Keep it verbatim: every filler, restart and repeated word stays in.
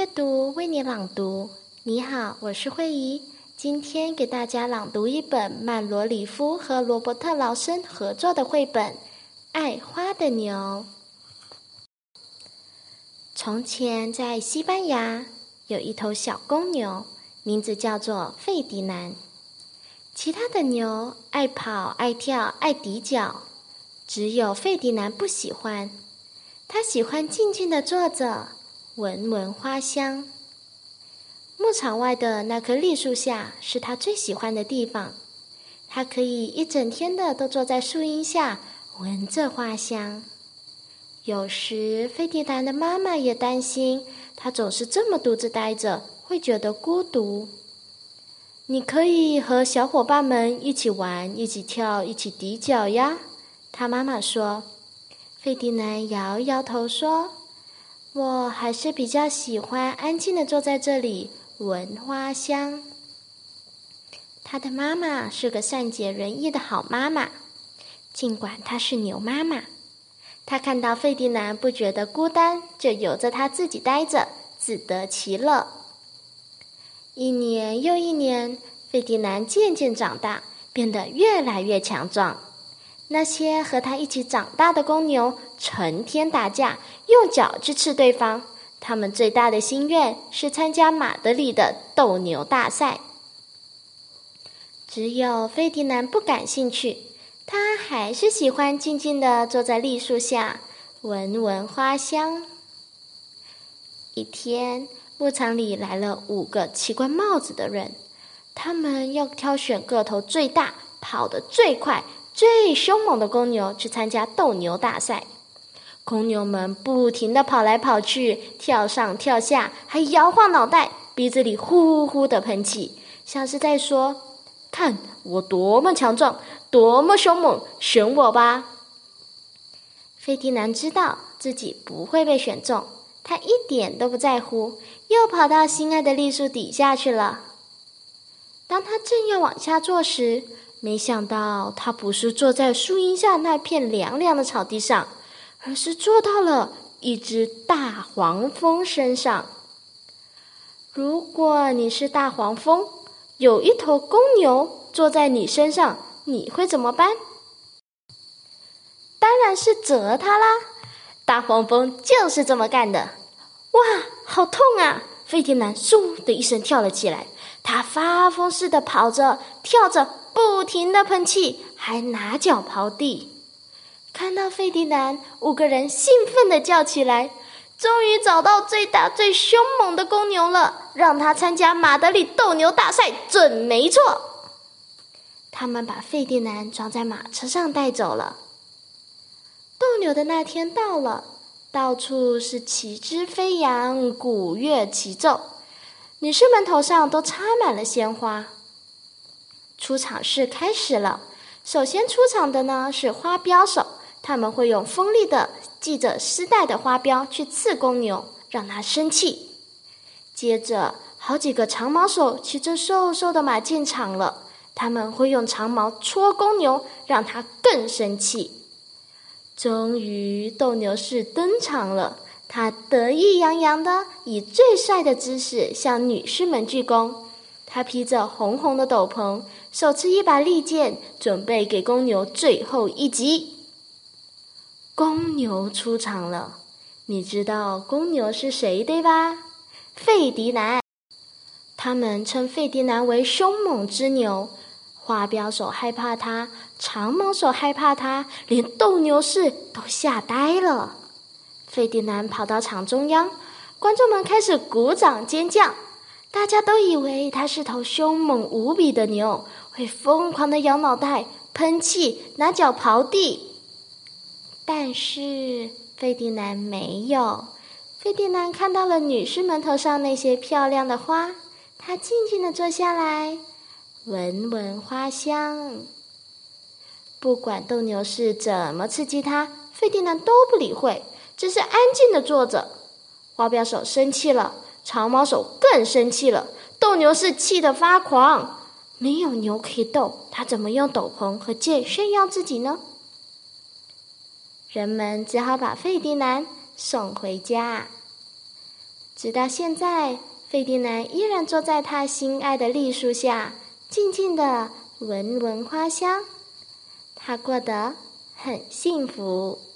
阅读为你朗读。你好，我是慧怡，今天给大家朗读一本曼罗里夫和罗伯特劳森合作的绘本《爱花的牛》。从前在西班牙有一头小公牛，名字叫做费迪南。其他的牛爱跑爱跳爱抵脚，只有费迪南不喜欢，他喜欢静静地坐着闻闻花香。牧场外的那棵栗树下是他最喜欢的地方，他可以一整天的都坐在树荫下闻着花香。有时费迪南的妈妈也担心他总是这么独自待着，会觉得孤独。你可以和小伙伴们一起玩，一起跳，一起抵脚呀，他妈妈说。费迪南摇摇头说，我还是比较喜欢安静的坐在这里闻花香。他的妈妈是个善解人意的好妈妈，尽管她是牛妈妈。她看到费迪南不觉得孤单，就由着他自己待着，自得其乐。一年又一年，费迪南渐渐长大，变得越来越强壮。那些和他一起长大的公牛成天打架，用脚去刺对方。他们最大的心愿是参加马德里的斗牛大赛。只有费迪南不感兴趣，他还是喜欢静静地坐在栗树下，闻闻花香。一天，牧场里来了五个奇冠帽子的人，他们要挑选个头最大、跑得最快、最凶猛的公牛去参加斗牛大赛。公牛们不停地跑来跑去，跳上跳下，还摇晃脑袋，鼻子里呼呼的喷气，像是在说，看我多么强壮，多么凶猛，选我吧。费迪南知道自己不会被选中，他一点都不在乎，又跑到心爱的栗树底下去了。当他正要往下坐时，没想到他不是坐在树荫下那片凉凉的草地上，而是坐到了一只大黄蜂身上。如果你是大黄蜂，有一头公牛坐在你身上，你会怎么办？当然是折它啦！大黄蜂就是这么干的。哇，好痛啊！费迪南嗖的一声跳了起来，他发疯似的跑着跳着，不停的喷气，还拿脚刨地。看到费迪南，五个人兴奋地叫起来，终于找到最大最凶猛的公牛了，让他参加马德里斗牛大赛准没错。他们把费迪南装在马车上带走了。斗牛的那天到了，到处是旗帜飞扬，鼓乐齐奏，女士们头上都插满了鲜花。出场式开始了，首先出场的呢是花镖手，他们会用锋利的系着丝带的花镖去刺公牛，让它生气。接着好几个长毛手骑着瘦瘦的马进场了，他们会用长矛戳公牛，让它更生气。终于斗牛士登场了，他得意洋洋的以最帅的姿势向女士们鞠躬。他披着红红的斗篷，手持一把利剑，准备给公牛最后一击。公牛出场了，你知道公牛是谁对吧？费迪南。他们称费迪南为凶猛之牛，花镖手害怕他，长毛手害怕他，连斗牛士都吓呆了。费迪南跑到场中央，观众们开始鼓掌尖叫，大家都以为他是头凶猛无比的牛，会疯狂地摇脑袋、喷气、拿脚刨地。但是费迪南没有。费迪南看到了女士们头上那些漂亮的花，他静静地坐下来，闻闻花香。不管斗牛士怎么刺激他，费迪南都不理会，只是安静地坐着。花镖手生气了，长毛手更生气了，斗牛士气得发狂。没有牛可以斗，他怎么用斗篷和剑炫耀自己呢？人们只好把费迪南送回家。 直到现在，费迪南依然坐在他心爱的栗树下，静静地闻闻花香。他过得很幸福。